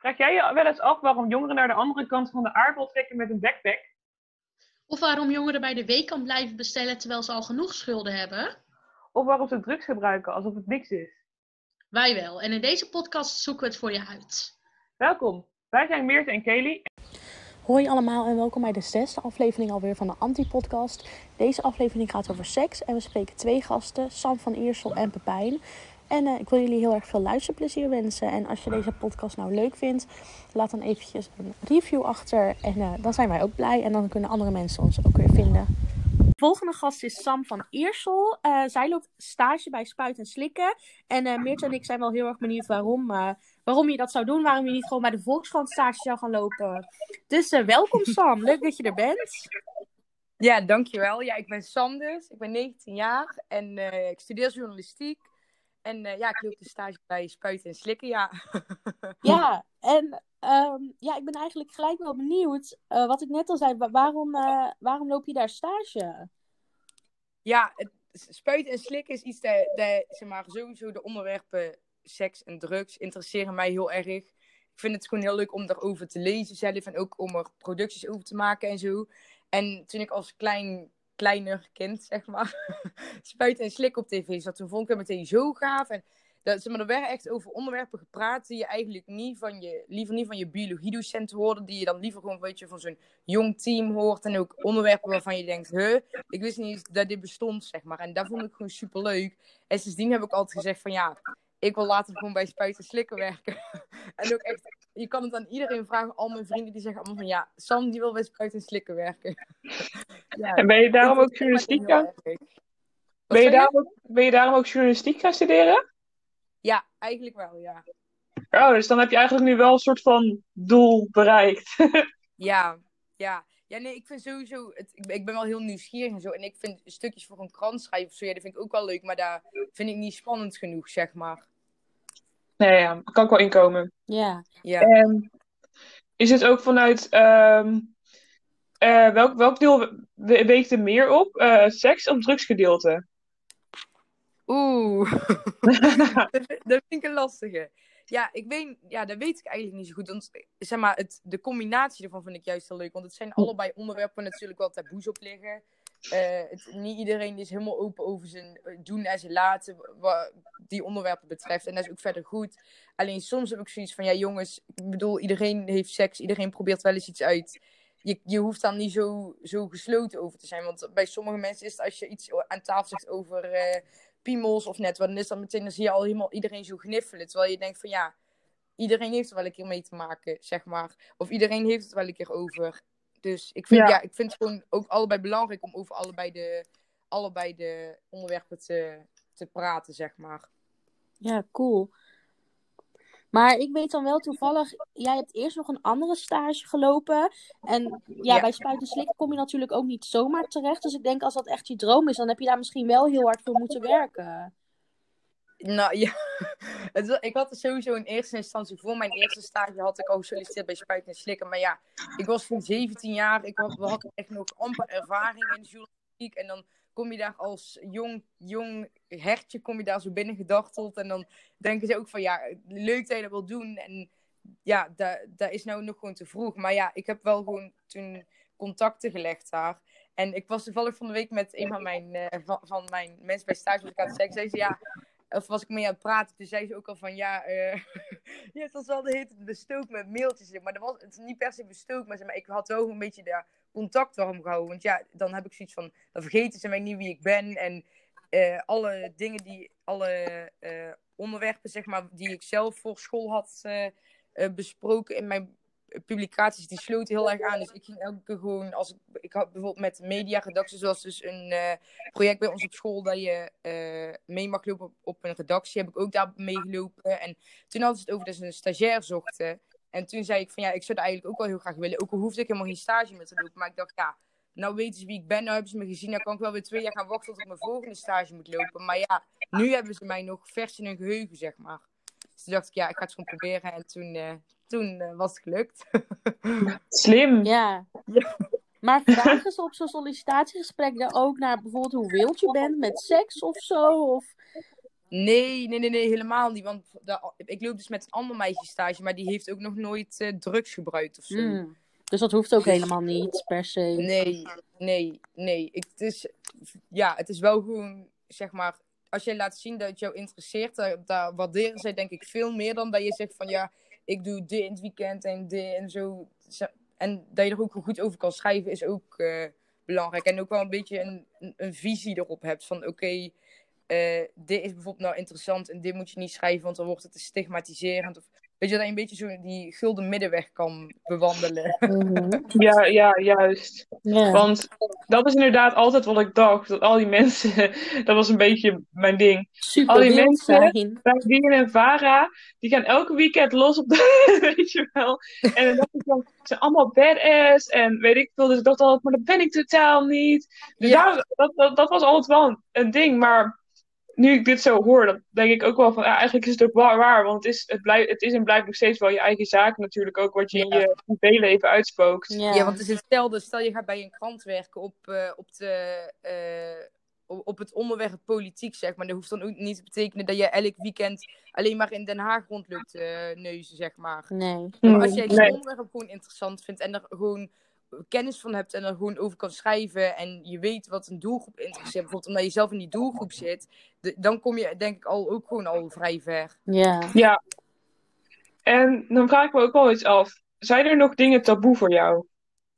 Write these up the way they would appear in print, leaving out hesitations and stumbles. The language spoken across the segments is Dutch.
Vraag jij je wel eens af waarom jongeren naar de andere kant van de aardbol trekken met een backpack? Of waarom jongeren bij de weekamp blijven bestellen terwijl ze al genoeg schulden hebben? Of waarom ze drugs gebruiken alsof het niks is? Wij wel. En in deze podcast zoeken we het voor je uit. Welkom, wij zijn Meerte en Kelly. Hoi allemaal en welkom bij de 6e aflevering alweer van de Anti-podcast. Deze aflevering gaat over seks en we spreken 2 gasten, Sam van Iersel en Pepijn. En ik wil jullie heel erg veel luisterplezier wensen. En als je deze podcast nou leuk vindt, laat dan eventjes een review achter. En dan zijn wij ook blij en dan kunnen andere mensen ons ook weer vinden. De volgende gast is Sam van Iersel. Zij loopt stage bij Spuit en Slikken. En Meerte en ik zijn wel heel erg benieuwd waarom je dat zou doen. Waarom je niet gewoon bij de Volkskrant stage zou gaan lopen. Dus welkom Sam, leuk dat je er bent. Ja, dankjewel. Ja, ik ben Sam dus. Ik ben 19 jaar en ik studeer journalistiek. En ik loop de stage bij Spuiten en Slikken, ja. Ja, en ik ben eigenlijk gelijk wel benieuwd. Wat ik net al zei, waarom loop je daar stage? Ja, Spuiten en Slikken is iets zeg maar, sowieso de onderwerpen seks en drugs interesseren mij heel erg. Ik vind het gewoon heel leuk om daarover te lezen zelf en ook om er producties over te maken en zo. En toen ik als kleiner kind, zeg maar, Spuiten en Slikken op tv zat, toen vond ik het meteen zo gaaf. En er werden echt over onderwerpen gepraat die je eigenlijk liever niet van je biologiedocent hoorde, die je dan liever gewoon van zo'n jong team hoort. En ook onderwerpen waarvan je denkt, ik wist niet eens dat dit bestond, zeg maar. En dat vond ik gewoon superleuk. En sindsdien heb ik altijd gezegd van ja, ik wil later gewoon bij Spuiten en Slikken werken. En ook echt, je kan het aan iedereen vragen. Al mijn vrienden die zeggen allemaal van ja, Sam die wil bij Spuiten en Slikken werken. Ja, En ben je daarom ook journalistiek gaan? Ben je daarom ook journalistiek gaan studeren? Ja, eigenlijk wel, ja. Oh, dus dan heb je eigenlijk nu wel een soort van doel bereikt. Ja. Ja, nee, ik vind sowieso... Ik ben wel heel nieuwsgierig en zo. En ik vind stukjes voor een krant schrijven of zo, ja, dat vind ik ook wel leuk. Maar daar vind ik niet spannend genoeg, zeg maar. Nee, ja, kan ik wel inkomen. Ja. En is het ook vanuit... welk deel weegt er meer op? Seks of drugsgedeelte? Oeh, dat vind ik een lastige. Ja, dat weet ik eigenlijk niet zo goed. Want zeg maar, de combinatie ervan vind ik juist heel leuk. Want het zijn allebei onderwerpen waar natuurlijk wel taboes op liggen. Niet iedereen is helemaal open over zijn doen en zijn laten wat die onderwerpen betreft. En dat is ook verder goed. Alleen soms heb ik zoiets van, ja jongens, ik bedoel, iedereen heeft seks. Iedereen probeert wel eens iets uit. Je hoeft dan niet zo gesloten over te zijn. Want bij sommige mensen is het, als je iets aan tafel zegt over piemels of net wat, dan is dat meteen, dan zie je al helemaal iedereen zo gniffelen. Terwijl je denkt van ja, iedereen heeft er wel een keer mee te maken, zeg maar. Of iedereen heeft het wel een keer over. Dus ik vind het gewoon ook allebei belangrijk om over allebei de onderwerpen te praten, zeg maar. Ja, cool. Maar ik weet dan wel toevallig, jij hebt eerst nog een andere stage gelopen. En bij Spuit en Slikken kom je natuurlijk ook niet zomaar terecht. Dus ik denk als dat echt je droom is, dan heb je daar misschien wel heel hard voor moeten werken. Nou ja, ik had er sowieso in eerste instantie, voor mijn eerste stage had ik al gesolliciteerd bij Spuiten en Slikken. Maar ja, ik was toen 17 jaar, we hadden echt nog amper ervaring in de journalistiek. En dan kom je daar als jong hertje, kom je daar zo binnen gedarteld. En dan denken ze ook van ja, leuk dat je dat wil doen. En ja, dat is nou nog gewoon te vroeg. Maar ja, ik heb wel gewoon toen contacten gelegd daar. En ik was toevallig van de week met een van mijn mensen bij stage, was ik aan het zeggen. Zei ze ja... Of was ik mee aan het praten, toen zei ze ook al van ja, het was wel de hele tijd bestookt met mailtjes. Maar het is niet per se bestookt, maar ik had wel een beetje daar contact warm gehouden. Want ja, dan heb ik zoiets van, dan vergeten ze mij niet wie ik ben. En alle onderwerpen zeg maar, die ik zelf voor school had besproken in mijn publicaties, die sloten heel erg aan. Dus ik ging elke keer gewoon, ik had bijvoorbeeld met mediaredactie, zoals dus een project bij ons op school, dat je mee mag lopen op een redactie, heb ik ook daar meegelopen. En toen hadden ze het over dat ze een stagiair zochten. En toen zei ik van ja, ik zou dat eigenlijk ook wel heel graag willen. Ook al hoefde ik helemaal geen stage meer te lopen. Maar ik dacht ja, nou weten ze wie ik ben, nou hebben ze me gezien. Dan kan ik wel weer 2 jaar gaan wachten tot ik mijn volgende stage moet lopen. Maar ja, nu hebben ze mij nog vers in hun geheugen, zeg maar. Dus toen dacht ik ja, ik ga het gewoon proberen. En toen was het gelukt. Slim. Ja. Maar vragen ze op zo'n sollicitatiegesprek dan ook naar bijvoorbeeld hoe wild je bent met seks of zo? Of Nee, helemaal niet. Want ik loop dus met een ander meisje stage, maar die heeft ook nog nooit drugs gebruikt of zo. Dus dat hoeft ook Dus- helemaal niet, per se. Nee. Het is wel gewoon, zeg maar, als jij laat zien dat het jou interesseert, daar waarderen zij denk ik veel meer dan dat je zegt van ja, ik doe dit in het weekend en dit en zo. En dat je er ook goed over kan schrijven is ook belangrijk. En ook wel een beetje een visie erop hebt van oké, dit is bijvoorbeeld nou interessant en dit moet je niet schrijven, want dan wordt het te stigmatiserend. Of, weet je, dat je een beetje zo die gulden middenweg kan bewandelen. Ja, juist. Ja. Want dat is inderdaad altijd wat ik dacht. Dat al die mensen, dat was een beetje mijn ding. Super Al die wild mensen zijn. bij Dien en Vara, die gaan elke weekend los op de, weet je wel. En dan dacht ik van, ze zijn allemaal badass en weet ik veel. Dus ik dacht altijd, maar dat ben ik totaal niet. Dus Ja. dat was altijd wel een ding. Maar nu ik dit zo hoor, dan denk ik ook wel van, ja, eigenlijk is het ook wel waar. Want het is en blijft nog steeds wel je eigen zaak natuurlijk ook, wat je in je privéleven uitspookt. Ja, want het is hetzelfde. Stel je gaat bij een krant werken op het onderwerp politiek, zeg maar. Dat hoeft dan ook niet te betekenen dat je elk weekend alleen maar in Den Haag rondloopt neuzen, zeg maar. Nee. Maar als jij het Nee. onderwerp gewoon interessant vindt en er gewoon kennis van hebt en er gewoon over kan schrijven en je weet wat een doelgroep interesseert, bijvoorbeeld omdat je zelf in die doelgroep zit, dan kom je denk ik ook gewoon al vrij ver. Ja. Ja. En dan vraag ik me ook wel iets af. Zijn er nog dingen taboe voor jou?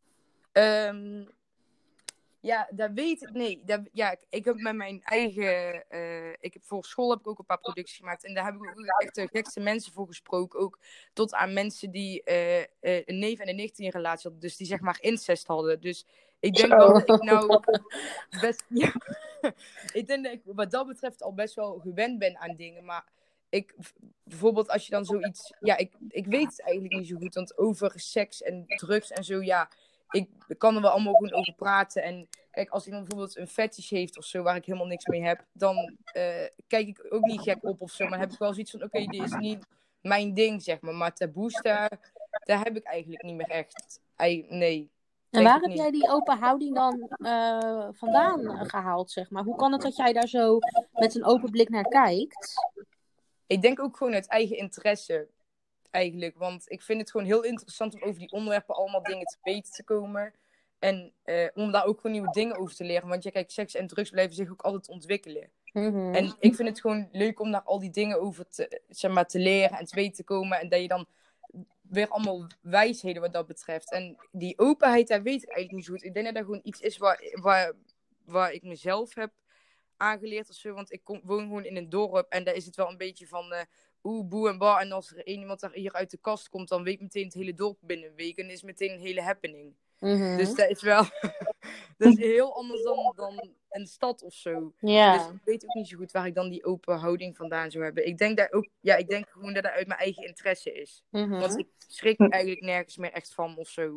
Ja, dat weet ik. Nee, ik heb met mijn eigen. Voor school heb ik ook een paar producties gemaakt. En daar heb ik ook echt de gekste mensen voor gesproken. Ook tot aan mensen die een neef en een nicht in een relatie hadden. Dus die zeg maar incest hadden. Dus ik denk wel dat ik nou best. Ja, ik denk dat ik wat dat betreft al best wel gewend ben aan dingen. Maar bijvoorbeeld als je dan zoiets. Ja, ik weet het eigenlijk niet zo goed. Want over seks en drugs en zo, ja. Ik kan er wel allemaal gewoon over praten. En kijk, als iemand bijvoorbeeld een fetish heeft of zo, waar ik helemaal niks mee heb, dan kijk ik ook niet gek op of zo. Maar dan heb ik wel zoiets van, oké, dit is niet mijn ding, zeg maar. Maar taboes, daar heb ik eigenlijk niet meer echt. Nee. En waar heb jij die open houding dan vandaan gehaald, zeg maar? Hoe kan het dat jij daar zo met een open blik naar kijkt? Ik denk ook gewoon uit eigen interesse. Eigenlijk, want ik vind het gewoon heel interessant om over die onderwerpen allemaal dingen te weten te komen. En om daar ook gewoon nieuwe dingen over te leren. Want ja, kijk, seks en drugs blijven zich ook altijd ontwikkelen. En ik vind het gewoon leuk om daar al die dingen over te leren en te weten te komen. En dat je dan weer allemaal wijsheden wat dat betreft. En die openheid, daar weet ik eigenlijk niet zo goed. Ik denk dat dat gewoon iets is waar ik mezelf heb aangeleerd of zo. Want ik woon gewoon in een dorp en daar is het wel een beetje van boe en ba. En als er iemand daar hier uit de kast komt, dan weet meteen het hele dorp binnen een week. En is meteen een hele happening. Dus dat is wel dat is heel anders dan een stad of zo. Ja. Dus ik weet ook niet zo goed waar ik dan die open houding vandaan zou hebben. Ik denk gewoon dat dat uit mijn eigen interesse is. Want ik schrik eigenlijk nergens meer echt van of zo.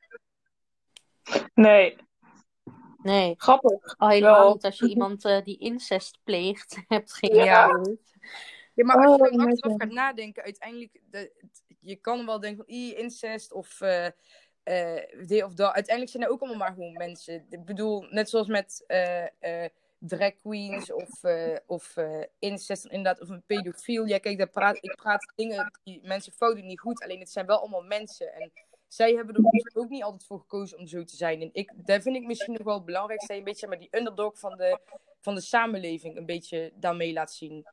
Nee. Grappig. Al helemaal niet als je iemand die incest pleegt hebt geïnterviewd. Ja, maar als je dan achteraf gaat nadenken, uiteindelijk, je kan wel denken van incest of dit of dat. Uiteindelijk zijn er ook allemaal maar gewoon mensen. Ik bedoel, net zoals met drag queens of incest inderdaad, of een pedofiel. Ja, kijk, ik praat dingen die mensen fout doen niet goed, alleen het zijn wel allemaal mensen. En zij hebben er ook niet altijd voor gekozen om zo te zijn. En dat vind ik misschien nog wel het belangrijkste, dat je een beetje maar die underdog van de samenleving een beetje daarmee laat zien.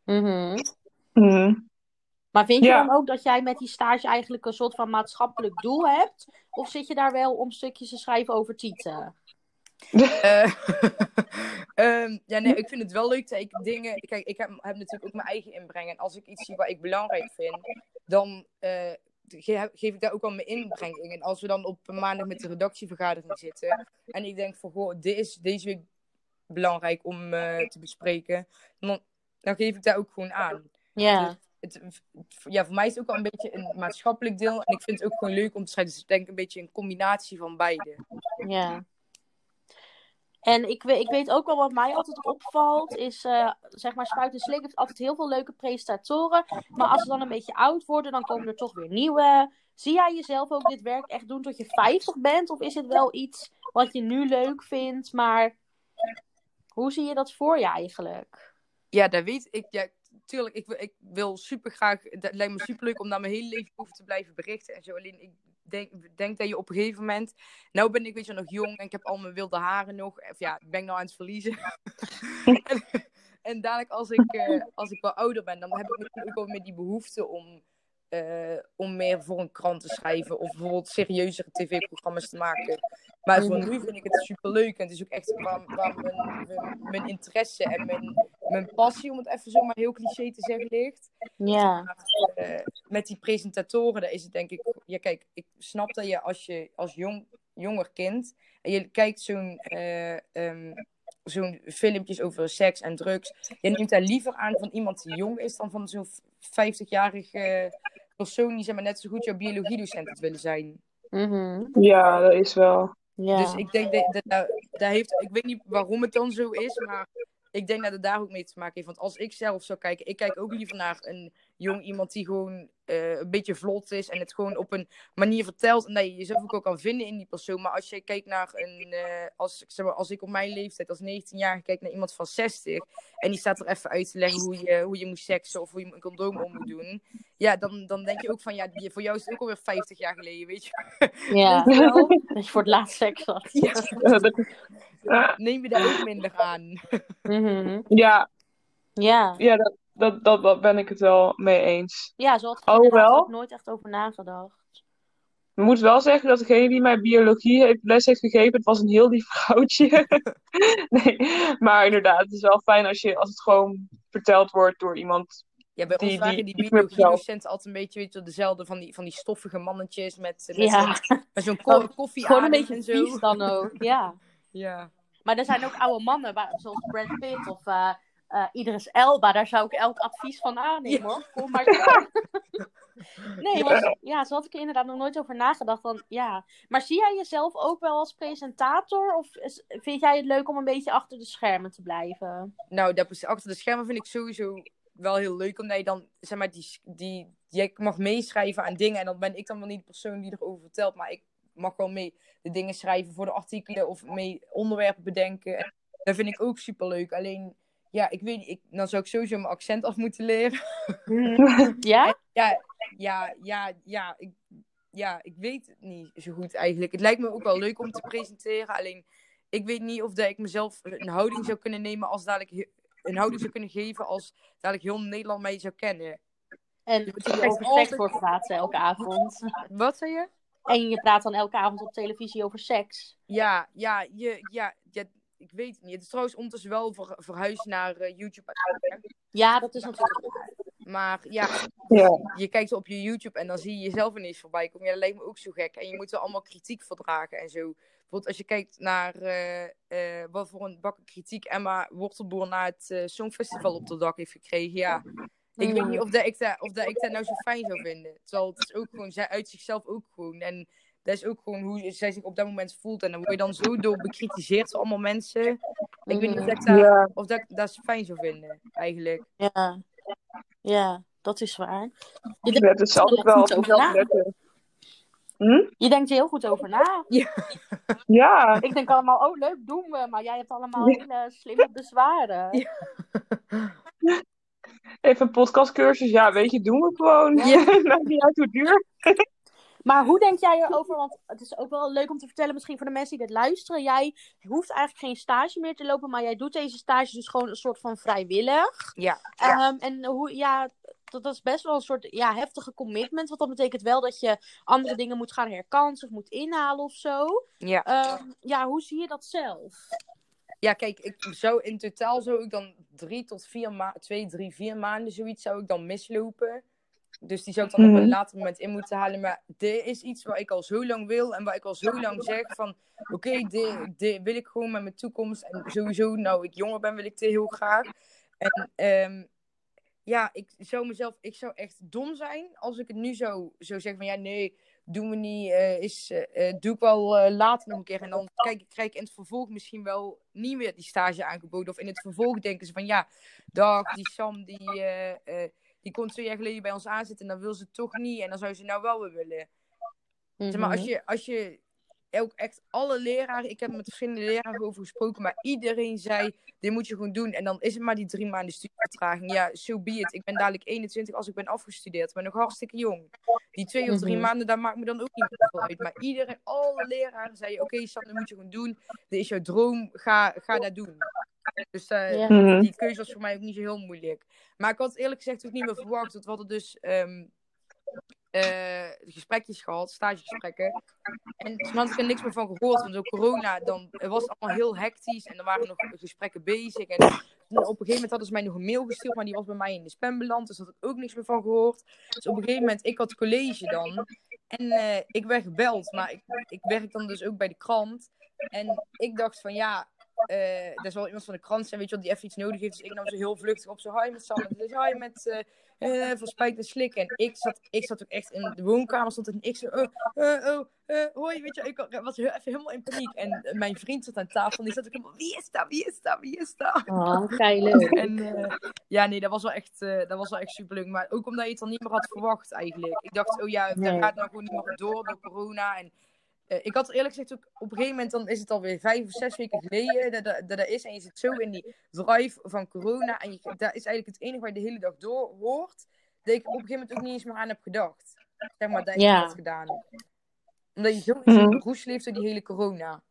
Maar vind je dan ook dat jij met die stage eigenlijk een soort van maatschappelijk doel hebt? Of zit je daar wel om stukjes te schrijven over tieten? Ik vind het wel leuk dat ik dingen... Kijk, ik heb natuurlijk ook mijn eigen inbreng. En als ik iets zie wat ik belangrijk vind, dan geef ik daar ook wel mijn inbreng. En als we dan op een maandag met de redactievergadering zitten en ik denk van, goh, dit is deze week belangrijk om te bespreken, dan geef ik daar ook gewoon aan. Ja. Dus voor mij is het ook wel een beetje een maatschappelijk deel. En ik vind het ook gewoon leuk om te schrijven. Dus ik denk een beetje een combinatie van beide. Ja. En ik weet ook wel wat mij altijd opvalt. Is, zeg maar, Spuit en Slik heeft altijd heel veel leuke presentatoren. Maar als ze dan een beetje oud worden, dan komen er toch weer nieuwe. Zie jij jezelf ook dit werk echt doen tot je 50 bent? Of is het wel iets wat je nu leuk vindt? Maar hoe zie je dat voor je eigenlijk? Ja, dat weet ik. Ja, tuurlijk, ik wil super graag, het lijkt me super leuk om daar mijn hele leven over te blijven berichten en zo. Alleen ik denk dat je op een gegeven moment, nou ben ik weet je nog jong en ik heb al mijn wilde haren nog, of ja, ben ik nou aan het verliezen. En dadelijk als ik wel ouder ben, dan heb ik misschien ook wel meer die behoefte om meer voor een krant te schrijven of bijvoorbeeld serieuzere tv-programma's te maken. Maar voor nu vind ik het superleuk en het is ook echt waar mijn interesse en mijn passie, om het even zo maar heel cliché te zeggen, ligt. Ja. Maar, met die presentatoren, daar is het denk ik... Ja, kijk, ik snap dat je als jonger kind en je kijkt zo'n filmpjes over seks en drugs, je neemt daar liever aan van iemand die jong is dan van zo'n 50-jarige persoon die zeg maar net zo goed jouw biologiedocent had willen zijn. Ja, dat is wel. Ja. Dus ik denk dat heeft, ik weet niet waarom het dan zo is, maar ik denk dat het daar ook mee te maken heeft. Want als ik zelf zou kijken, ik kijk ook liever naar een jong iemand die gewoon een beetje vlot is en het gewoon op een manier vertelt en dat je jezelf ook kan vinden in die persoon. Maar als je kijkt naar als ik op mijn leeftijd als 19-jarige kijk naar iemand van 60 en die staat er even uit te leggen hoe je moet seksen of hoe je een condoom om moet doen. Ja, dan denk je ook van, ja, voor jou is het ook alweer 50 jaar geleden, weet je. Ja. Weet je wel? Dat je voor het laatst seks had. Ja. Neem je daar ook minder aan. Ja, Ja. ja dat ben ik het wel mee eens. Ja, zo had ik Alhoewel- inderdaad ook nooit echt over nagedacht. Ik moet wel zeggen dat degene die mij biologie les heeft gegeven, het was een heel lief vrouwtje. Nee, maar inderdaad, het is wel fijn als het gewoon verteld wordt door iemand. Ja, bij ons Die waren die meer biologiedocenten altijd een beetje, weet je, dezelfde van die stoffige mannetjes met zo'n koffie Gewoon een aan beetje en zo. vies dan ook, ja. Ja. Maar er zijn ook oude mannen, zoals Brad Pitt of Idris Elba. Daar zou ik elk advies van aannemen, hoor. Kom maar door. Nee, want zo had ik er inderdaad nog nooit over nagedacht. Dan, ja. Maar zie jij jezelf ook wel als presentator? Of vind jij het leuk om een beetje achter de schermen te blijven? Nou, achter de schermen vind ik sowieso wel heel leuk, omdat je dan, zeg maar, jij mag meeschrijven aan dingen en dan ben ik dan wel niet de persoon die erover vertelt, maar ik mag wel mee de dingen schrijven voor de artikelen of mee onderwerpen bedenken. En dat vind ik ook superleuk. Alleen, ja, ik weet niet, dan zou ik sowieso mijn accent af moeten leren. Ja? Ik weet het niet zo goed eigenlijk. Het lijkt me ook wel leuk om te presenteren, alleen ik weet niet of dat ik mezelf een houding zou kunnen nemen als dadelijk een houding zou kunnen geven als dadelijk heel Nederland mij zou kennen. En Dus je over seks wordt praten elke avond. Wat zei je? En je praat dan elke avond op televisie over seks. Ja, ik weet het niet. Het is trouwens ondertussen wel verhuisd naar YouTube. Ja, dat is natuurlijk waar. Maar ja, je kijkt op je YouTube en dan zie je jezelf ineens voorbij komen. Ja, dat lijkt me ook zo gek. En je moet er allemaal kritiek verdragen en zo. Bijvoorbeeld als je kijkt naar wat voor een bakken kritiek Emma Wortelboer na het Songfestival op de dak heeft gekregen. Ja, ik weet niet of dat ik dat nou zo fijn zou vinden. Terwijl het is ook gewoon, zij uit zichzelf ook gewoon. En dat is ook gewoon hoe zij zich op dat moment voelt. En dan word je dan zo door bekritiseerd door allemaal mensen. Ik weet niet of ik dat fijn zou vinden, eigenlijk. Ja, dat is waar. Het is altijd wel goed over na. Je denkt er heel goed over na. Ja. Ik denk allemaal, leuk, doen we. Maar jij hebt allemaal hele slimme bezwaren. Ja. Even een podcastcursus. Ja, weet je, doen we gewoon. Maakt niet uit hoe duur. Maar hoe denk jij erover? Want het is ook wel leuk om te vertellen, misschien voor de mensen die dit luisteren. Jij hoeft eigenlijk geen stage meer te lopen, maar jij doet deze stage dus gewoon een soort van vrijwillig. Ja. En dat is best wel een soort heftige commitment. Want dat betekent wel dat je andere dingen moet gaan herkansen of moet inhalen of zo. Ja. Hoe zie je dat zelf? Ja, kijk, in totaal zou ik dan 3 tot 4 maanden zoiets zou ik dan mislopen. Dus die zou ik dan op een later moment in moeten halen. Maar dit is iets wat ik al zo lang wil. En waar ik al zo lang zeg van... Oké, dit wil ik gewoon met mijn toekomst. En sowieso, nou ik jonger ben, wil ik dit heel graag. En ik zou echt dom zijn als ik het nu zou zeggen van... Ja, nee, doen we niet. Doe ik wel later nog een keer. En dan krijg ik in het vervolg misschien wel niet meer die stage aangeboden. Of in het vervolg denken ze van... Ja, dag, die Sam, die kon 2 jaar geleden bij ons aanzitten en dan wil ze toch niet. En dan zou ze nou wel weer willen. Zeg maar, als je ook echt alle leraren, ik heb met verschillende leraren over gesproken, maar iedereen zei, dit moet je gewoon doen. En dan is het maar die 3 maanden studievertraging. Ja, so be it. Ik ben dadelijk 21 als ik ben afgestudeerd. Ik ben nog hartstikke jong. Die 2 of 3 maanden, dat maakt me dan ook niet meer veel uit. Maar iedereen, alle leraren zeiden, oké, Sam, dat moet je gewoon doen. Dit is jouw droom, ga dat doen. Dus die keuze was voor mij ook niet zo heel moeilijk. Maar ik had eerlijk gezegd ook niet meer verwacht. Dat we hadden dus gesprekjes gehad, stagegesprekken. En toen had ik er niks meer van gehoord. Want door corona, dan was het allemaal heel hectisch. En er waren nog gesprekken bezig. En op een gegeven moment hadden ze mij nog een mail gestuurd. Maar die was bij mij in de spam beland. Dus daar had ik ook niks meer van gehoord. Dus op een gegeven moment, ik had college dan. En ik werd gebeld. Maar ik werk dan dus ook bij de krant. En ik dacht van ja, er is wel iemand van de krant zijn, weet je wel, die even iets nodig heeft. Dus ik nam zo heel vluchtig op. Zo, hi met Sanne. Dus hi met van Spijk en Slik. En ik zat ook echt in de woonkamer. Stond en ik zo, hoi, weet je, ik was even helemaal in paniek. En mijn vriend zat aan tafel. En die zat ook helemaal, wie is dat? Oh, leuk. En ja, nee, dat was wel echt superleuk. Maar ook omdat je het dan niet meer had verwacht eigenlijk. Ik dacht, oh ja, dat gaat nou gewoon niet meer door corona. En ik had eerlijk gezegd ook, op een gegeven moment dan is het alweer 5 of 6 weken geleden dat is. En je zit zo in die drive van corona. En dat is eigenlijk het enige waar je de hele dag door hoort. Dat ik op een gegeven moment ook niet eens meer aan heb gedacht. Zeg maar, dat ik het had gedaan. Omdat je zo in de roes leeft door die hele corona.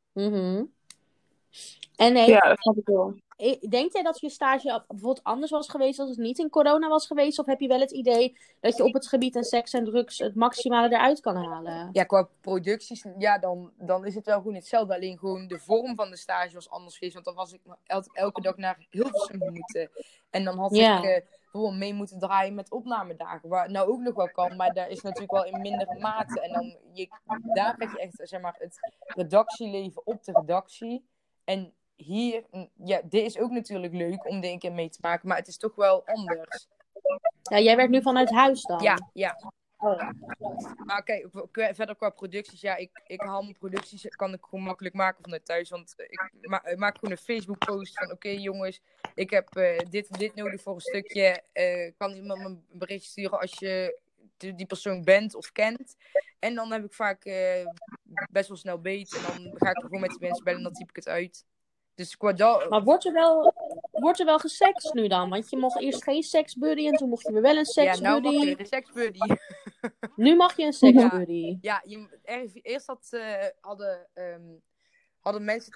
En Ja, dat snap ik wel. denk jij dat je stage bijvoorbeeld anders was geweest als het niet in corona was geweest? Of heb je wel het idee dat je op het gebied van seks en drugs het maximale eruit kan halen? Ja, qua producties, ja, dan is het wel gewoon hetzelfde. Alleen gewoon de vorm van de stage was anders geweest. Want dan was ik elke dag naar Hilversum moeten. En dan had ik bijvoorbeeld mee moeten draaien met opnamedagen. Waar nou ook nog wel kan, maar daar is natuurlijk wel in mindere mate. En dan, daar heb je echt, zeg maar, het redactieleven op de redactie. En hier, ja, dit is ook natuurlijk leuk om er een keer mee te maken, maar het is toch wel anders. Ja, jij werkt nu vanuit huis dan? Ja. Oh. Maar oké, verder qua producties, ja, ik haal mijn producties, kan ik gewoon makkelijk maken vanuit thuis, want ik maak gewoon een Facebook post van oké, jongens, ik heb dit nodig voor een stukje, kan iemand me een berichtje sturen als je die persoon bent of kent. En dan heb ik vaak best wel snel beet en dan ga ik gewoon met die mensen bellen en dan typ ik het uit. Dus maar wordt er wel gesext nu dan? Want je mocht eerst geen seksbuddy en toen mocht je weer wel een seksbuddy. Ja, nou mag je weer een seksbuddy. Nu mag je een seksbuddy. Ja, eerst hadden mensen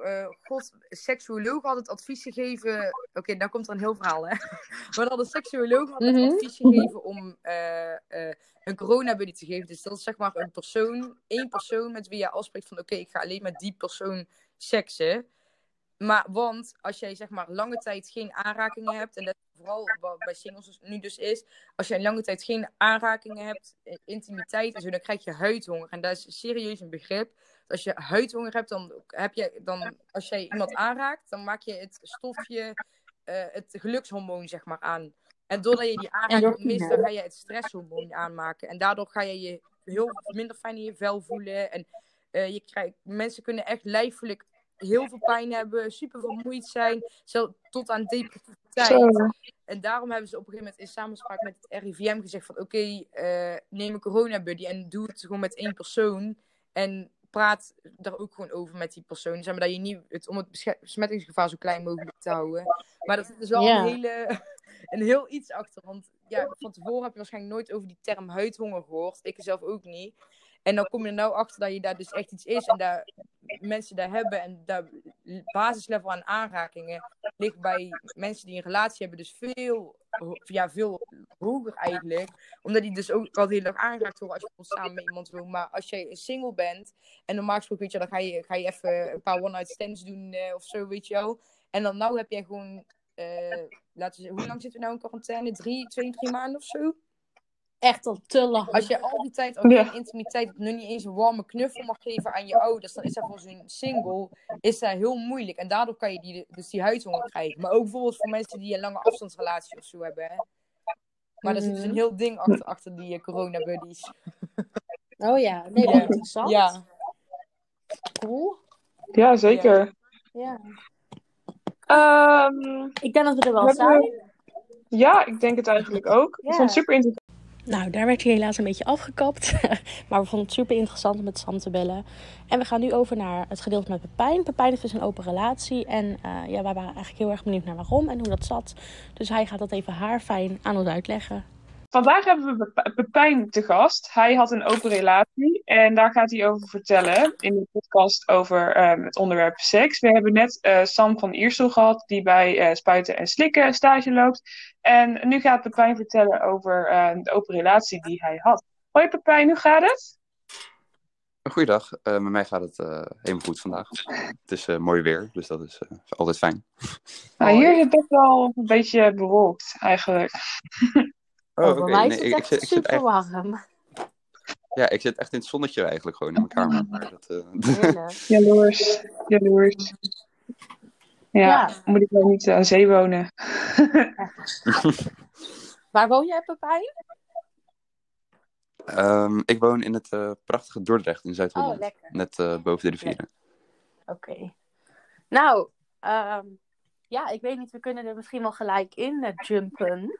seksuologen hadden het advies gegeven. Oké, nou komt er een heel verhaal, hè. Maar hadden seksuologen het advies gegeven om een coronabuddy te geven. Dus dat is zeg maar één persoon met wie je afspreekt van oké, ik ga alleen met die persoon seksen. Maar want als jij zeg maar lange tijd geen aanrakingen hebt, en dat is vooral wat bij singles nu dus is, als jij lange tijd geen aanrakingen hebt, intimiteit en zo, dan krijg je huidhonger. En dat is serieus een begrip. Als je huidhonger hebt, dan als jij iemand aanraakt, dan maak je het stofje, het gelukshormoon zeg maar aan. En doordat je die aanraking mist, dan ga je het stresshormoon aanmaken. En daardoor ga je je heel minder fijn in je vel voelen. En mensen kunnen echt lijfelijk heel veel pijn hebben, super vermoeid zijn, zelfs tot aan depressiviteit. En daarom hebben ze op een gegeven moment in samenspraak met het RIVM gezegd van oké, neem een coronabuddy en doe het gewoon met 1 persoon. En praat daar ook gewoon over met die persoon. Zeg maar dat je niet, om het besmettingsgevaar zo klein mogelijk te houden. Maar dat is dus wel een heel iets achter. Want ja, van tevoren heb je waarschijnlijk nooit over die term huidhonger gehoord. Ik zelf ook niet. En dan kom je er nou achter dat je daar dus echt iets is. En dat mensen daar hebben. En dat basislevel aan aanrakingen ligt bij mensen die een relatie hebben. Dus veel hoger eigenlijk. Omdat die dus ook al heel erg aangeraakt worden als je samen met iemand woont. Maar als jij een single bent. En normaal gesproken, weet je, dan ga je even een paar one-night stands doen of zo, weet je wel. En dan nou heb jij gewoon, hoe lang zitten we nou in quarantaine? 2-3 maanden of zo? Echt al te lang. Als je al die tijd ook geen intimiteit hebt, nu niet eens een warme knuffel mag geven aan je ouders, dan is dat voor zo'n single heel moeilijk. En daardoor kan je die huidhonger krijgen. Maar ook bijvoorbeeld voor mensen die een lange afstandsrelatie of zo hebben. Hè? Maar er zit dus een heel ding achter die corona-buddies. Oh ja, nee, dat is interessant. Ja. Cool. Ja, zeker. Ja. Ik denk dat we er wel zijn. Ja, ik denk het eigenlijk ook. Ik vond het super interessant. Nou, daar werd hij helaas een beetje afgekapt. Maar we vonden het super interessant om met Sam te bellen. En we gaan nu over naar het gedeelte met Pepijn. Pepijn heeft dus een open relatie. En wij waren eigenlijk heel erg benieuwd naar waarom en hoe dat zat. Dus hij gaat dat even haarfijn aan ons uitleggen. Vandaag hebben we Pepijn te gast. Hij had een open relatie en daar gaat hij over vertellen in de podcast over het onderwerp seks. We hebben net Sam van Iersel gehad, die bij Spuiten en Slikken stage loopt. En nu gaat Pepijn vertellen over de open relatie die hij had. Hoi Pepijn, hoe gaat het? Goeiedag, met mij gaat het helemaal goed vandaag. Het is mooi weer, dus dat is altijd fijn. Nou, hier is het best wel een beetje bewolkt eigenlijk. Bij mij is het echt super warm. Ja, ik zit echt in het zonnetje eigenlijk gewoon in mijn kamer. Maar dat, Jaloers. Ja, moet ik wel niet aan zee wonen. Waar woon jij, Pepijn? Ik woon in het prachtige Dordrecht in Zuid-Holland. Lekker. Net boven de rivieren. Oké. Nou, ik weet niet, we kunnen er misschien wel gelijk in jumpen.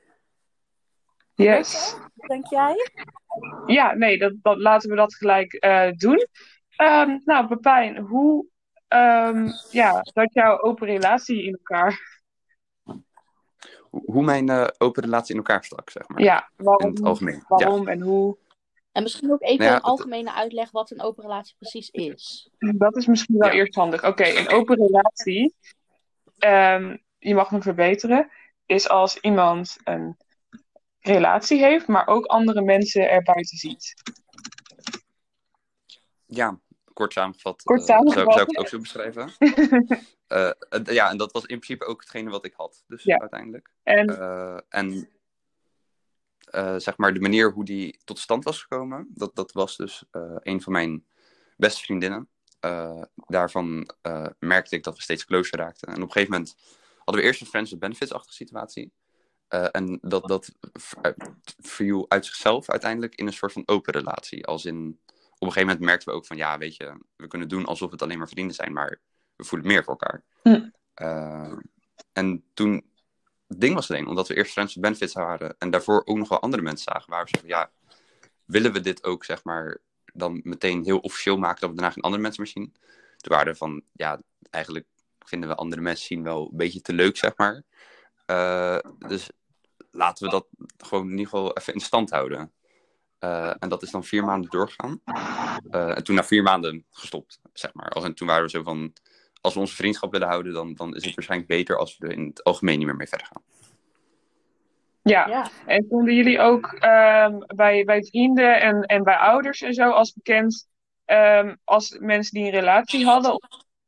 Yes. Denk jij? Ja, nee, laten we dat gelijk doen. Nou, Pepijn, hoe zat jouw open relatie in elkaar? Hoe mijn open relatie in elkaar stak, zeg maar. Ja, in het algemeen. Waarom en hoe? En misschien ook even een algemene uitleg wat een open relatie precies is. Dat is misschien wel eerst handig. Oké, een open relatie, je mag me verbeteren, is als iemand een relatie heeft, maar ook andere mensen erbuiten ziet. Ja, kort samengevat. Zou ik het ook zo beschrijven. En dat was in principe ook hetgene wat ik had. Dus uiteindelijk. En zeg maar de manier hoe die tot stand was gekomen, dat was dus een van mijn beste vriendinnen. Daarvan merkte ik dat we steeds closer raakten. En op een gegeven moment hadden we eerst een friends with benefits-achtige situatie. En dat viel uit zichzelf uiteindelijk in een soort van open relatie. Als in, op een gegeven moment merkten we ook van, ja, weet je, we kunnen doen alsof het alleen maar vrienden zijn, maar we voelen meer voor elkaar. En toen, het ding was alleen, omdat we eerst friends with benefits waren en daarvoor ook nog wel andere mensen zagen, waar we zeggen, ja, willen we dit ook, zeg maar, dan meteen heel officieel maken dat we daarna geen andere mensen meer zien? Toen waren we van, ja, eigenlijk vinden we andere mensen zien wel een beetje te leuk, zeg maar. Dus laten we dat gewoon in ieder geval even in stand houden. En dat is dan 4 maanden doorgegaan. En toen na 4 maanden gestopt, zeg maar. En toen waren we zo van, als we onze vriendschap willen houden, dan is het waarschijnlijk beter als we er in het algemeen niet meer mee verder gaan. Ja. En konden jullie ook bij vrienden en bij ouders en zo als bekend, als mensen die een relatie hadden?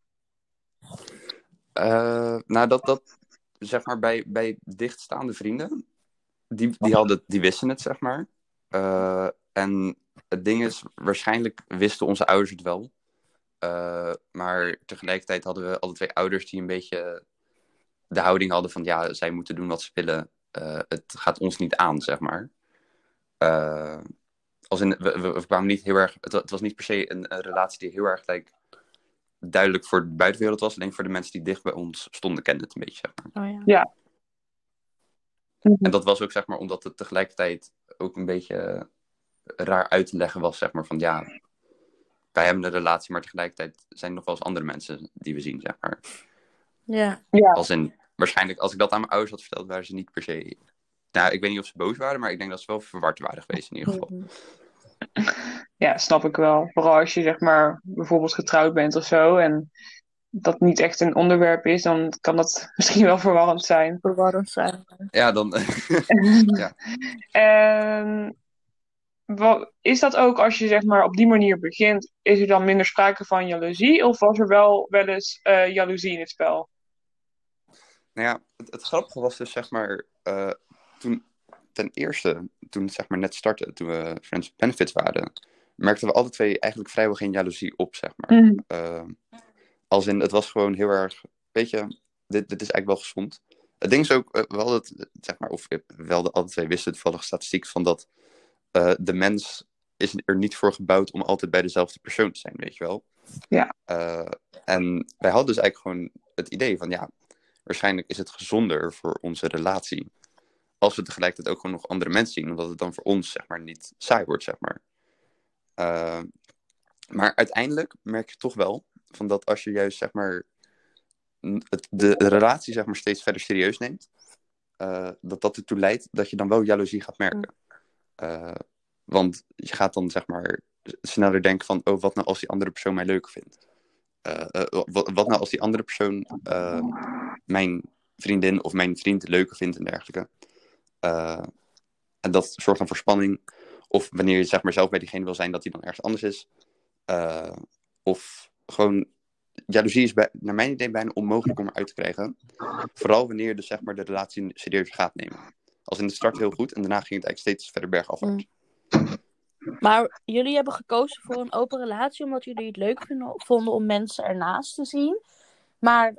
Nou, dat zeg maar bij dichtstaande vrienden, die wisten het, zeg maar. En het ding is, waarschijnlijk wisten onze ouders het wel. Maar tegelijkertijd hadden we alle 2 ouders die een beetje de houding hadden van, ja, zij moeten doen wat ze willen. Het gaat ons niet aan, zeg maar. Als in, we kwamen niet heel erg, het was niet per se een relatie die heel erg duidelijk voor de buitenwereld was. Alleen voor de mensen die dicht bij ons stonden, kenden het een beetje, zeg maar. Ja. En dat was ook, zeg maar, omdat het tegelijkertijd ook een beetje raar uit te leggen was, zeg maar, van ja, wij hebben een relatie, maar tegelijkertijd zijn er nog wel eens andere mensen die we zien, zeg maar. Ja. Als in, waarschijnlijk, als ik dat aan mijn ouders had verteld, waren ze niet per se, nou, ik weet niet of ze boos waren, maar ik denk dat ze wel verward waren geweest in ieder geval. Ja, snap ik wel. Vooral als je, zeg maar, bijvoorbeeld getrouwd bent of zo en dat niet echt een onderwerp is, dan kan dat misschien wel verwarrend zijn. Ja, dan... ja. Is dat ook als je, zeg maar, op die manier begint, is er dan minder sprake van jaloezie? Of was er wel eens jaloezie in het spel? Nou ja, het grappige was dus, zeg maar, toen het zeg maar net startte, toen we Friends with Benefits waren, merkten we alle 2 eigenlijk vrijwel geen jaloezie op, zeg maar. Als in, het was gewoon heel erg, weet je, dit is eigenlijk wel gezond. Het ding is ook, wel dat, zeg maar, of wel alle 2 wisten toevallig statistiek van dat de mens is er niet voor gebouwd om altijd bij dezelfde persoon te zijn, weet je wel. Ja. En wij hadden dus eigenlijk gewoon het idee van, ja, waarschijnlijk is het gezonder voor onze relatie als we tegelijkertijd ook gewoon nog andere mensen zien, omdat het dan voor ons, zeg maar, niet saai wordt, zeg maar. Maar uiteindelijk merk je toch wel, van dat als je juist, zeg maar, de relatie, zeg maar, steeds verder serieus neemt, dat ertoe leidt dat je dan wel jaloezie gaat merken. Want je gaat dan, zeg maar, sneller denken van, oh, wat nou als die andere persoon mij leuker vindt? Wat nou als die andere persoon mijn vriendin of mijn vriend leuker vindt en dergelijke? En dat zorgt dan voor spanning. Of wanneer je, zeg maar, zelf bij diegene wil zijn, dat hij dan ergens anders is. Of gewoon, jaloezie is naar mijn idee bijna onmogelijk om eruit te krijgen. Vooral wanneer je dus, zeg maar, de relatie serieus gaat nemen. Als in de start heel goed en daarna ging het eigenlijk steeds verder bergafwaarts. Maar jullie hebben gekozen voor een open relatie omdat jullie het leuk vonden om mensen ernaast te zien. Maar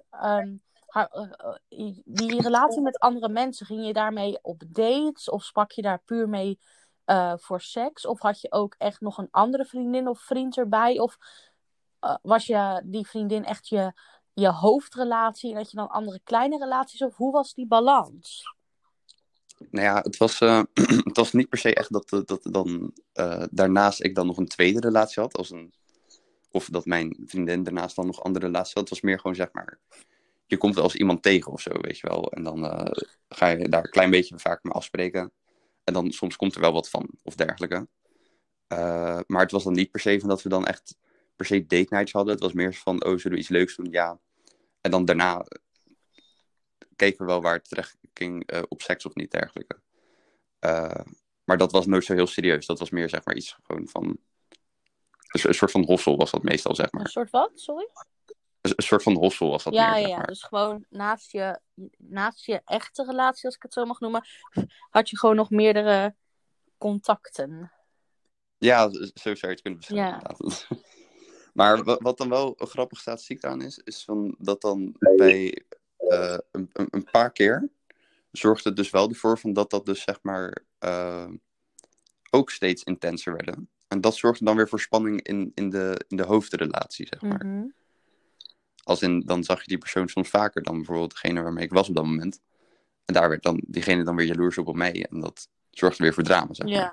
die relatie met andere mensen, ging je daarmee op dates? Of sprak je daar puur mee voor seks? Of had je ook echt nog een andere vriendin of vriend erbij? Of was die vriendin echt je hoofdrelatie en had je dan andere kleine relaties? Of hoe was die balans? Nou ja, het was niet per se echt dat dan daarnaast ik dan nog een tweede relatie had. Of dat mijn vriendin daarnaast dan nog andere relaties had. Het was meer gewoon, zeg maar, je komt wel als iemand tegen of zo, weet je wel. En dan ga je daar een klein beetje vaak mee afspreken. En dan soms komt er wel wat van, of dergelijke. Maar het was dan niet per se van dat we dan echt per se date nights hadden. Het was meer van, oh, zullen we iets leuks doen? Ja. En dan daarna keken we wel waar het terecht ging op seks of niet, dergelijke. Maar dat was nooit zo heel serieus. Dat was meer, zeg maar, iets gewoon van... een soort van hossel was dat meestal, zeg maar. Een soort wat? Sorry? Een soort van hossel was dat meer, zeg maar. Dus gewoon naast je echte relatie, als ik het zo mag noemen, had je gewoon nog meerdere contacten. Ja, zo zou je het kunnen beschrijven, inderdaad. Maar wat dan wel een grappige statistiek aan is van dat dan bij een paar keer zorgde het dus wel ervoor van dat dus, zeg maar, ook steeds intenser werden. En dat zorgde dan weer voor spanning in de hoofdrelatie, zeg maar. Mm-hmm. Als in, dan zag je die persoon soms vaker dan bijvoorbeeld degene waarmee ik was op dat moment. En daar werd dan diegene dan weer jaloers op mij. En dat zorgde weer voor drama, zeg maar. Ja.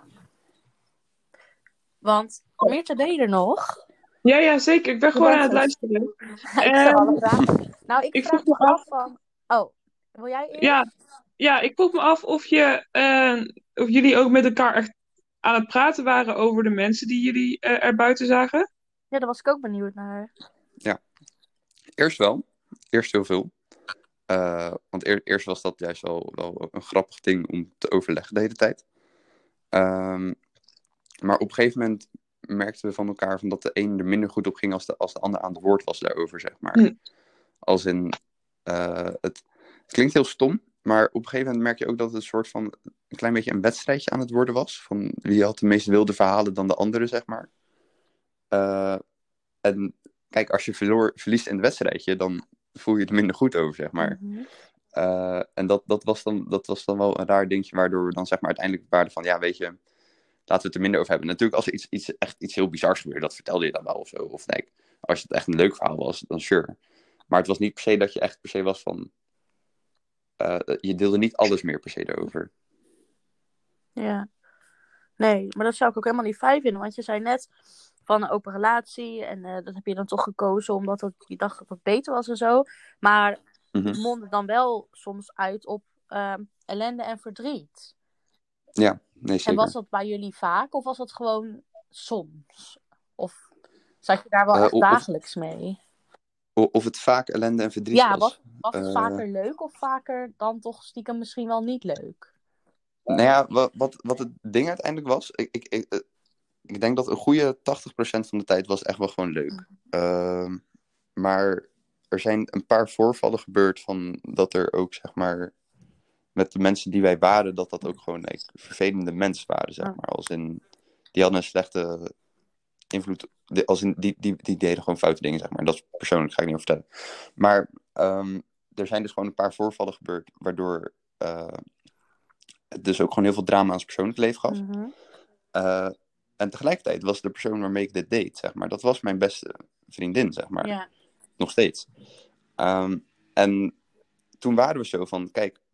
Want, Meerte, ben je er nog? Ja, zeker. Ik ben gewoon aan het luisteren. Ik vraag me af van... Oh, wil jij eerst? Ja, ik vroeg me af of jullie ook met elkaar echt aan het praten waren over de mensen die jullie er buiten zagen. Ja, daar was ik ook benieuwd naar. Ja, eerst wel. Eerst heel veel. Want eerst was dat juist wel een grappig ding om te overleggen de hele tijd. Maar op een gegeven moment merkten we van elkaar van dat de een er minder goed op ging als de ander aan het woord was daarover, zeg maar. Als in, het klinkt heel stom, maar op een gegeven moment merk je ook dat het een soort van een klein beetje een wedstrijdje aan het worden was. Van wie had de meest wilde verhalen dan de andere, zeg maar. En kijk, als je verliest in het wedstrijdje, dan voel je het minder goed over, zeg maar. Mm-hmm. En dat was dan wel een raar dingetje, waardoor we dan, zeg maar, uiteindelijk waren van, ja, weet je, laten we het er minder over hebben. Natuurlijk, als er echt iets heel bizars gebeurde, dat vertelde je dan wel of zo. Of nee, als het echt een leuk verhaal was, dan sure. Maar het was niet per se dat je echt per se was van... je deelde niet alles meer per se erover. Ja. Nee, maar dat zou ik ook helemaal niet fijn vinden. Want je zei net van een open relatie. En dat heb je dan toch gekozen omdat je dacht dat het beter was en zo. Maar het mondde dan wel soms uit op ellende en verdriet. Ja, nee, zeker. En was dat bij jullie vaak? Of was dat gewoon soms? Of zat je daar wel echt dagelijks mee? Of het vaak ellende en verdriet was. Ja, was het vaker leuk of vaker dan toch stiekem misschien wel niet leuk? Nou ja, wat het ding uiteindelijk was... Ik denk dat een goede 80% van de tijd was echt wel gewoon leuk. Maar er zijn een paar voorvallen gebeurd van dat er ook, zeg maar... met de mensen die wij waren, dat ook gewoon vervelende mensen waren, zeg maar. Als in, die hadden een slechte invloed... Als in, die deden gewoon foute dingen, zeg maar. Dat is persoonlijk, ga ik niet over vertellen. Maar er zijn dus gewoon een paar voorvallen gebeurd... waardoor het dus ook gewoon heel veel drama aan zijn persoonlijk leven gaf. Mm-hmm. En tegelijkertijd was de persoon waarmee ik dit deed, zeg maar... dat was mijn beste vriendin, zeg maar. Ja. Nog steeds. En toen waren we zo van, kijk...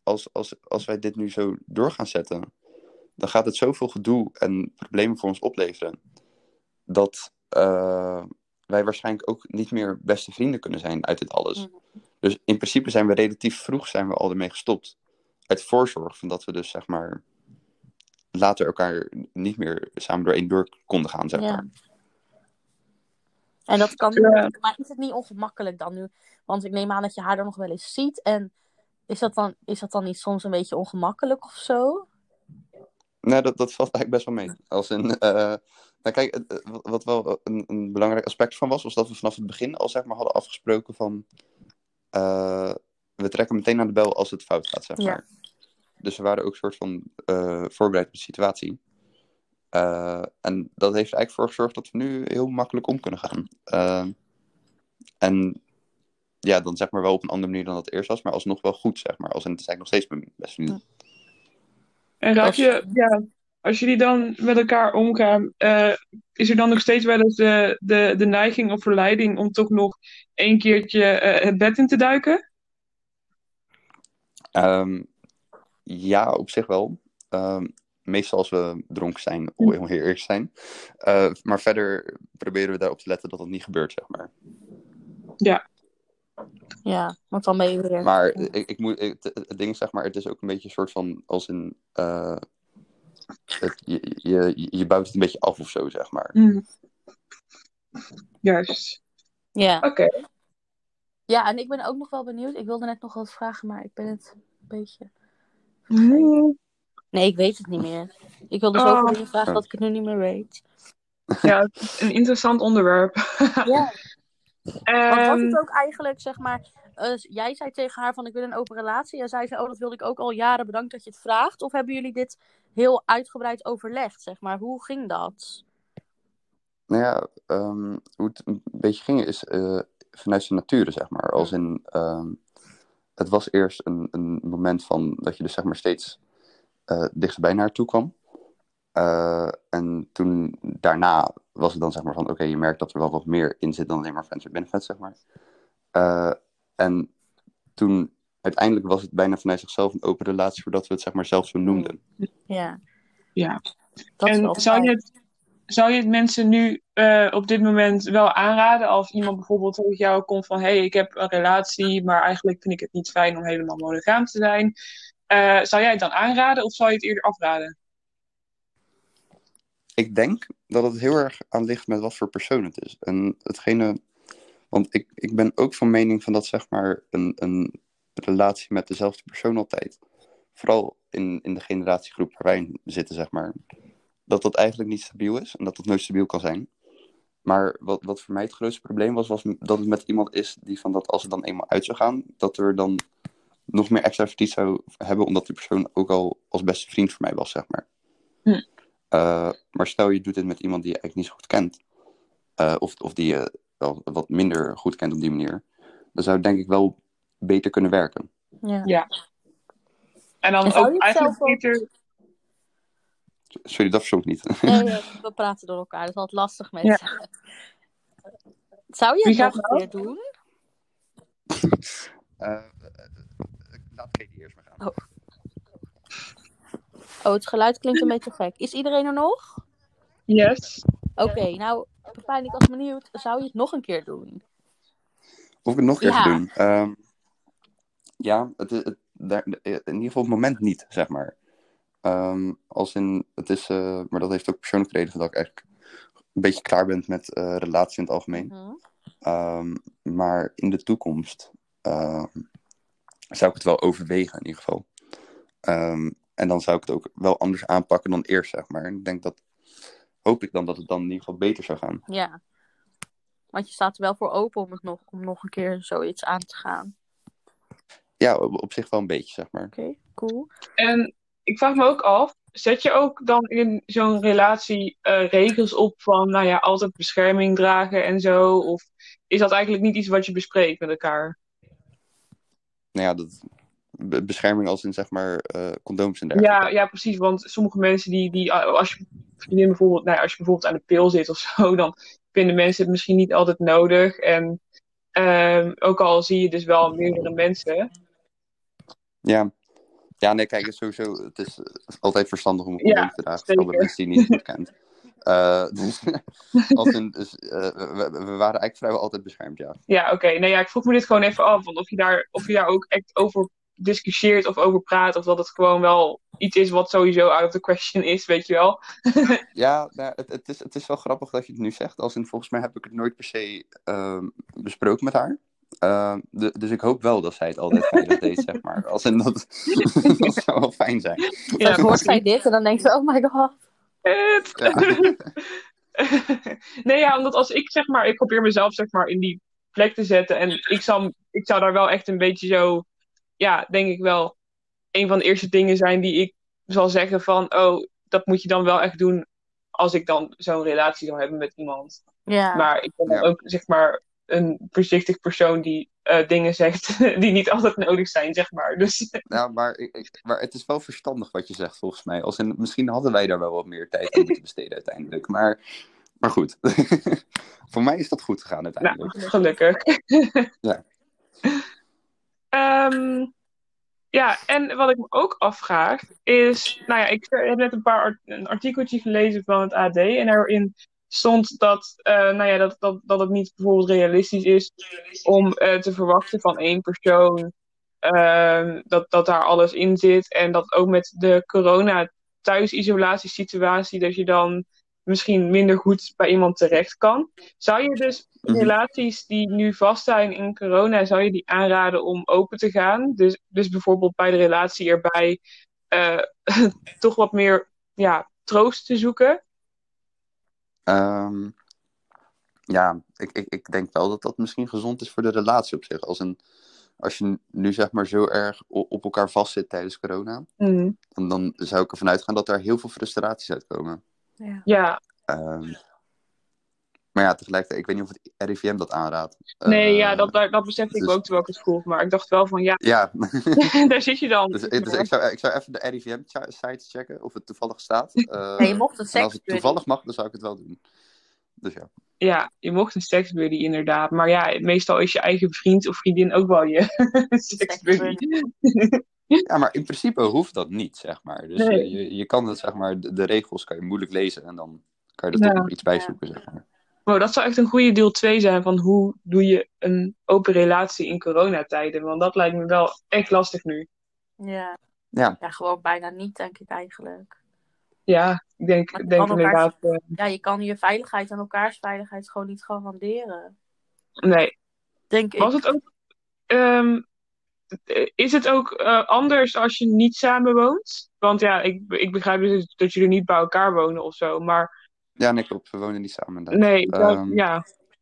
als wij dit nu zo door gaan zetten, dan gaat het zoveel gedoe en problemen voor ons opleveren, dat wij waarschijnlijk ook niet meer beste vrienden kunnen zijn uit dit alles. Dus in principe zijn we relatief vroeg al ermee gestopt. Uit voorzorg van dat we dus zeg maar later elkaar niet meer samen door één door konden gaan, zeg maar. En dat kan maar is het niet ongemakkelijk dan nu? Want ik neem aan dat je haar dan nog wel eens ziet. En is dat dan niet soms een beetje ongemakkelijk of zo? Nee, dat valt eigenlijk best wel mee. Als in, nou kijk, wat wel een belangrijk aspect van was dat we vanaf het begin al zeg maar hadden afgesproken van we trekken meteen aan de bel als het fout gaat, zeg maar. Dus we waren ook een soort van voorbereid op de situatie. En dat heeft eigenlijk voor gezorgd dat we nu heel makkelijk om kunnen gaan. En ja, dan zeg maar wel op een andere manier dan dat eerst was, maar alsnog wel goed, zeg maar. Het is eigenlijk nog steeds mijn beste vriend. En raak je, als jullie dan met elkaar omgaan, is er dan nog steeds wel eens de neiging of verleiding om toch nog een keertje het bed in te duiken? Ja, op zich wel. Meestal als we dronken zijn, om heel eerlijk zijn. Maar verder proberen we daarop te letten dat dat niet gebeurt, zeg maar. Ja, want dan ben je weer... Maar het ding is, zeg maar, het is ook een beetje een soort van, als in... je bouwt het een beetje af of zo, zeg maar. Juist. Ja. Oké. Ja, en ik ben ook nog wel benieuwd. Ik wilde net nog wat vragen, maar ik ben het een beetje... Nee, ik weet het niet meer. Ik wilde zoveel dingen vragen dat ik het nu niet meer weet. Ja, een interessant onderwerp. Ja. Want was het ook eigenlijk, zeg maar... jij zei tegen haar van, ik wil een open relatie. En zij zei, dat wilde ik ook al jaren. Bedankt dat je het vraagt. Of hebben jullie dit heel uitgebreid overlegd, zeg maar? Hoe ging dat? Nou ja, hoe het een beetje ging is vanuit zijn nature, zeg maar. Als in... het was eerst een moment van dat je dus zeg maar steeds dichterbij naar haar toe kwam. En toen daarna was het dan zeg maar van oké, je merkt dat er wel wat meer in zit dan alleen maar friends with benefits, zeg maar. En toen uiteindelijk was het bijna vanuit zichzelf een open relatie voordat we het zeg maar zelf zo noemden. Ja. Dat en zou je het mensen nu op dit moment wel aanraden als iemand bijvoorbeeld tegen jou komt van hey, ik heb een relatie, maar eigenlijk vind ik het niet fijn om helemaal monogaam te zijn. Zou jij het dan aanraden of zou je het eerder afraden? Ik denk dat het heel erg aan ligt met wat voor persoon het is. En hetgene, want ik ben ook van mening van dat zeg maar een relatie met dezelfde persoon altijd, vooral in de generatiegroep waar wij in zitten, zeg maar, dat eigenlijk niet stabiel is en dat nooit stabiel kan zijn. Maar wat voor mij het grootste probleem was dat het met iemand is die van dat als het dan eenmaal uit zou gaan, dat er dan nog meer extra verdriet zou hebben, omdat die persoon ook al als beste vriend voor mij was, zeg maar. Maar stel je doet dit met iemand die je eigenlijk niet zo goed kent, of die je wel wat minder goed kent op die manier, dan zou het denk ik wel beter kunnen werken. Ja. En dan ook eigenlijk beter... Sorry, dat verstond ik niet. Nee, we praten door elkaar. Dat is altijd lastig met je. Zou je het nog een keer doen? Laat Katie eerst maar gaan. Oh, het geluid klinkt een beetje gek. Is iedereen er nog? Yes. Oké, nou, Pepijn, ik was benieuwd. Zou je het nog een keer doen? Of ik het nog een keer doen? Ja, in ieder geval op het moment niet, zeg maar. Als in, het is, maar dat heeft ook persoonlijke reden dat ik eigenlijk een beetje klaar ben met relaties in het algemeen. Maar in de toekomst zou ik het wel overwegen in ieder geval. En dan zou ik het ook wel anders aanpakken dan eerst, zeg maar. En ik denk hoop ik dan dat het dan in ieder geval beter zou gaan. Ja, want je staat er wel voor open om nog een keer zoiets aan te gaan. Ja, op zich wel een beetje, zeg maar. Oké, cool. En ik vraag me ook af, zet je ook dan in zo'n relatie regels op van, nou ja, altijd bescherming dragen en zo? Of is dat eigenlijk niet iets wat je bespreekt met elkaar? Nou ja, bescherming als in, zeg maar, condooms en dergelijke. Ja, precies. Want sommige mensen die als je bijvoorbeeld aan de pil zit of zo, dan vinden mensen het misschien niet altijd nodig. En ook al zie je dus wel meerdere mensen. Ja, Ja, nee, kijk, sowieso, het is altijd verstandig om een condoom te dragen, vooral bij mensen die je niet goed kent. Dus we waren eigenlijk vrijwel altijd beschermd, ja. Ja, oké. Nee, ja, ik vroeg me dit gewoon even af. Want of je daar ook echt over discussieert of over praat. Of dat het gewoon wel iets is wat sowieso out of the question is, weet je wel. Ja, nou, het is wel grappig dat je het nu zegt. Volgens mij heb ik het nooit per se besproken met haar. Dus ik hoop wel dat zij het altijd veilig deed, zeg maar. Dat zou wel fijn zijn. Ja, dan hoort zij dit en dan denkt ze, oh my god. Ja. Nee, ja, omdat als ik zeg maar, ik probeer mezelf zeg maar in die plek te zetten. En ik zou daar wel echt een beetje zo, ja, denk ik wel, een van de eerste dingen zijn die ik zal zeggen van, oh, dat moet je dan wel echt doen als ik dan zo'n relatie zou hebben met iemand. Ja. Maar ik ben dan ook zeg maar een voorzichtig persoon die dingen zegt die niet altijd nodig zijn, zeg maar. Dus... Ja, maar het is wel verstandig wat je zegt, volgens mij. Misschien hadden wij daar wel wat meer tijd aan moeten besteden uiteindelijk. Maar goed. Voor mij is dat goed gegaan uiteindelijk. Nou, gelukkig. Ja. Ja, en wat ik me ook afvraag is... Nou ja, ik heb net een artikeltje gelezen van het AD. En daarin stond dat, dat het niet bijvoorbeeld realistisch is om te verwachten van één persoon dat daar alles in zit. En dat ook met de corona thuisolatiesituatie dat je dan misschien minder goed bij iemand terecht kan. Zou je dus relaties die nu vast zijn in corona, zou je die aanraden om open te gaan? Dus bijvoorbeeld bij de relatie erbij toch wat meer troost te zoeken? Ja, ik denk wel dat dat misschien gezond is voor de relatie op zich. Als je nu zeg maar zo erg op elkaar vastzit tijdens corona, dan zou ik ervan uitgaan dat daar heel veel frustraties uitkomen. Ja. Maar ja, tegelijkertijd, ik weet niet of het RIVM dat aanraadt. Nee, ja, dat besefte ik ook terwijl ik het vroeg. Maar ik dacht wel van, ja, daar zit je dan. Dus ik zou even de RIVM-site checken of het toevallig staat. Je mocht het en als het toevallig mag, dan zou ik het wel doen. Dus ja. Ja, je mocht een seksbuddy inderdaad. Maar ja, meestal is je eigen vriend of vriendin ook wel je seksbuddy. Ja, maar in principe hoeft dat niet, zeg maar. Dus nee. je kan het, zeg maar, de regels kan je moeilijk lezen en dan kan je er toch nog iets bij zoeken, zeg maar. Wow, dat zou echt een goede deel 2 zijn van hoe doe je een open relatie in coronatijden. Want dat lijkt me wel echt lastig nu. Ja, gewoon bijna niet, denk ik eigenlijk. Ja, ik denk inderdaad... Ja, je kan je veiligheid en elkaars veiligheid gewoon niet garanderen. Nee. Denk ik. Was het ook... is het ook anders als je niet samenwoont? Want ja, ik begrijp dus dat jullie niet bij elkaar wonen of zo, maar... Ja, nee, klopt. We wonen niet samen. Nee, ja.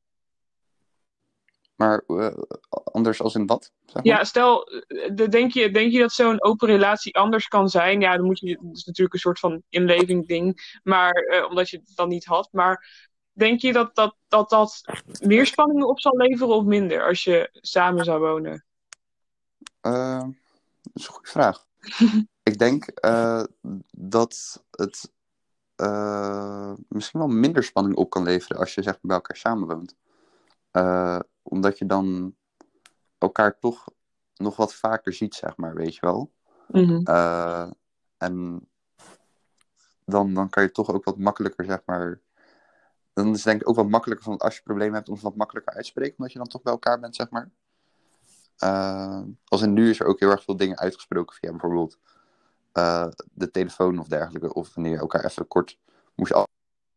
Maar anders als in wat? Zeg maar? Ja, stel, denk je dat zo'n open relatie anders kan zijn? Ja, dan moet je, dat is natuurlijk een soort van inleving ding, maar omdat je het dan niet had. Maar denk je dat meer spanningen op zal leveren of minder als je samen zou wonen? Dat is een goede vraag. Ik denk dat het misschien wel minder spanning op kan leveren als je zeg maar bij elkaar samenwoont. Omdat je dan elkaar toch nog wat vaker ziet, zeg maar, weet je wel. En dan kan je toch ook wat makkelijker, zeg maar... Dan is het denk ik ook wat makkelijker van als je problemen hebt om het wat makkelijker uit te spreken, omdat je dan toch bij elkaar bent, zeg maar. Als in nu is er ook heel erg veel dingen uitgesproken via bijvoorbeeld de telefoon of dergelijke. Of wanneer je elkaar even kort moest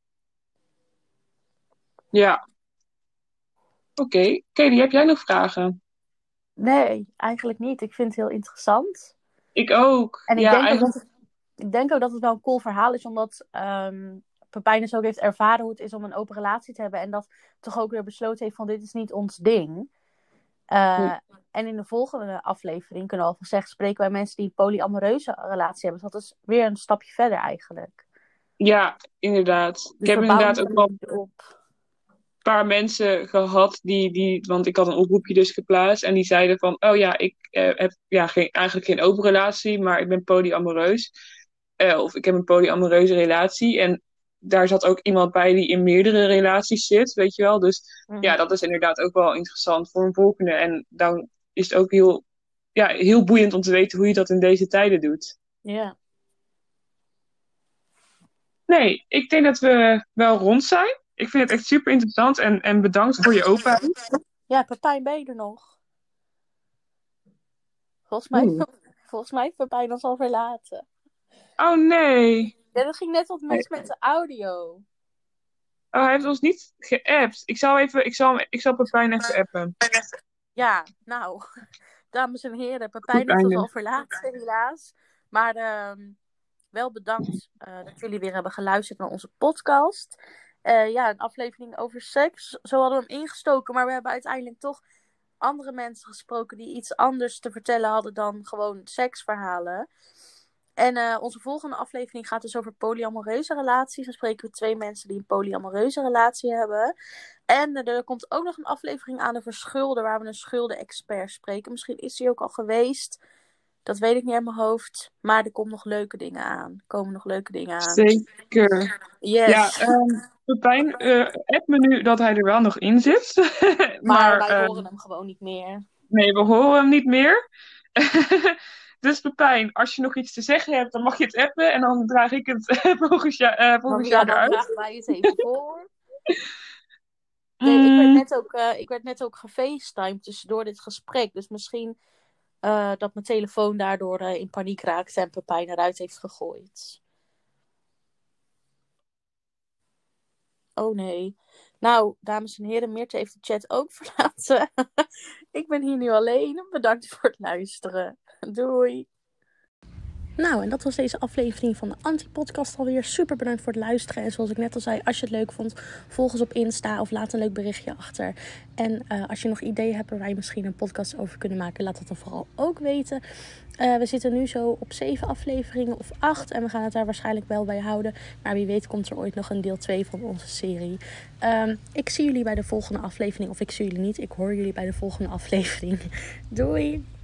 Ja. Oké. Katie, heb jij nog vragen? Nee, eigenlijk niet. Ik vind het heel interessant. Ik ook. En ik denk ook dat het wel een cool verhaal is, omdat Pepijn dus ook heeft ervaren hoe het is om een open relatie te hebben. En dat toch ook weer besloten heeft van dit is niet ons ding. En in de volgende aflevering, kunnen we al gezegd, spreken wij mensen die een polyamoreuze relatie hebben. Dus dat is weer een stapje verder eigenlijk. Ja, inderdaad. Dus ik heb inderdaad ook wel een paar mensen gehad want ik had een oproepje dus geplaatst. En die zeiden van, oh ja, ik heb eigenlijk geen open relatie, maar ik ben polyamoreus. Of ik heb een polyamoreuze relatie. En daar zat ook iemand bij die in meerdere relaties zit, weet je wel. Dus ja, dat is inderdaad ook wel interessant voor een volgende. En dan is het ook heel heel boeiend om te weten hoe je dat in deze tijden doet. Ja. Nee, ik denk dat we wel rond zijn. Ik vind het echt super interessant en bedankt voor je openheid. Ja, Pepijn, ben je er nog? Volgens mij heeft Pepijn ons al verlaten. Oh nee. Ja, dat ging net wat mis met de audio. Oh, hij heeft ons niet geappt. Ik zal Pepijn even appen. Ja, nou, dames en heren, Pepijn heeft ons al verlaten, helaas. Maar wel bedankt dat jullie weer hebben geluisterd naar onze podcast. Een aflevering over seks. Zo hadden we hem ingestoken, maar we hebben uiteindelijk toch andere mensen gesproken die iets anders te vertellen hadden dan gewoon seksverhalen. En onze volgende aflevering gaat dus over polyamoreuze relaties. Dan spreken we 2 mensen die een polyamoreuze relatie hebben. En er komt ook nog een aflevering aan over schulden, waar we een schuldenexpert spreken. Misschien is die ook al geweest. Dat weet ik niet uit mijn hoofd. Maar er komen nog leuke dingen aan. Zeker. Yes. Ja, Pepijn, app me nu dat hij er wel nog in zit. maar wij horen hem gewoon niet meer. Nee, we horen hem niet meer. Dus Pepijn, als je nog iets te zeggen hebt, dan mag je het appen. En dan draag ik het volgend jaar eruit. Dan dragen wij het even voor. Nee, ik werd net ook gefacetimed tussendoor dit gesprek. Dus misschien dat mijn telefoon daardoor in paniek raakte en Pepijn eruit heeft gegooid. Oh nee. Nou, dames en heren, Meerte heeft de chat ook verlaten. Ik ben hier nu alleen. Bedankt voor het luisteren. Doei. Nou, en dat was deze aflevering van de Anti-podcast alweer. Super bedankt voor het luisteren. En zoals ik net al zei, als je het leuk vond, volg ons op Insta of laat een leuk berichtje achter. En als je nog ideeën hebt waar wij misschien een podcast over kunnen maken, laat het dan vooral ook weten. We zitten nu zo op 7 afleveringen of 8. En we gaan het daar waarschijnlijk wel bij houden. Maar wie weet komt er ooit nog een deel 2 van onze serie. Ik zie jullie bij de volgende aflevering. Of ik zie jullie niet. Ik hoor jullie bij de volgende aflevering. Doei!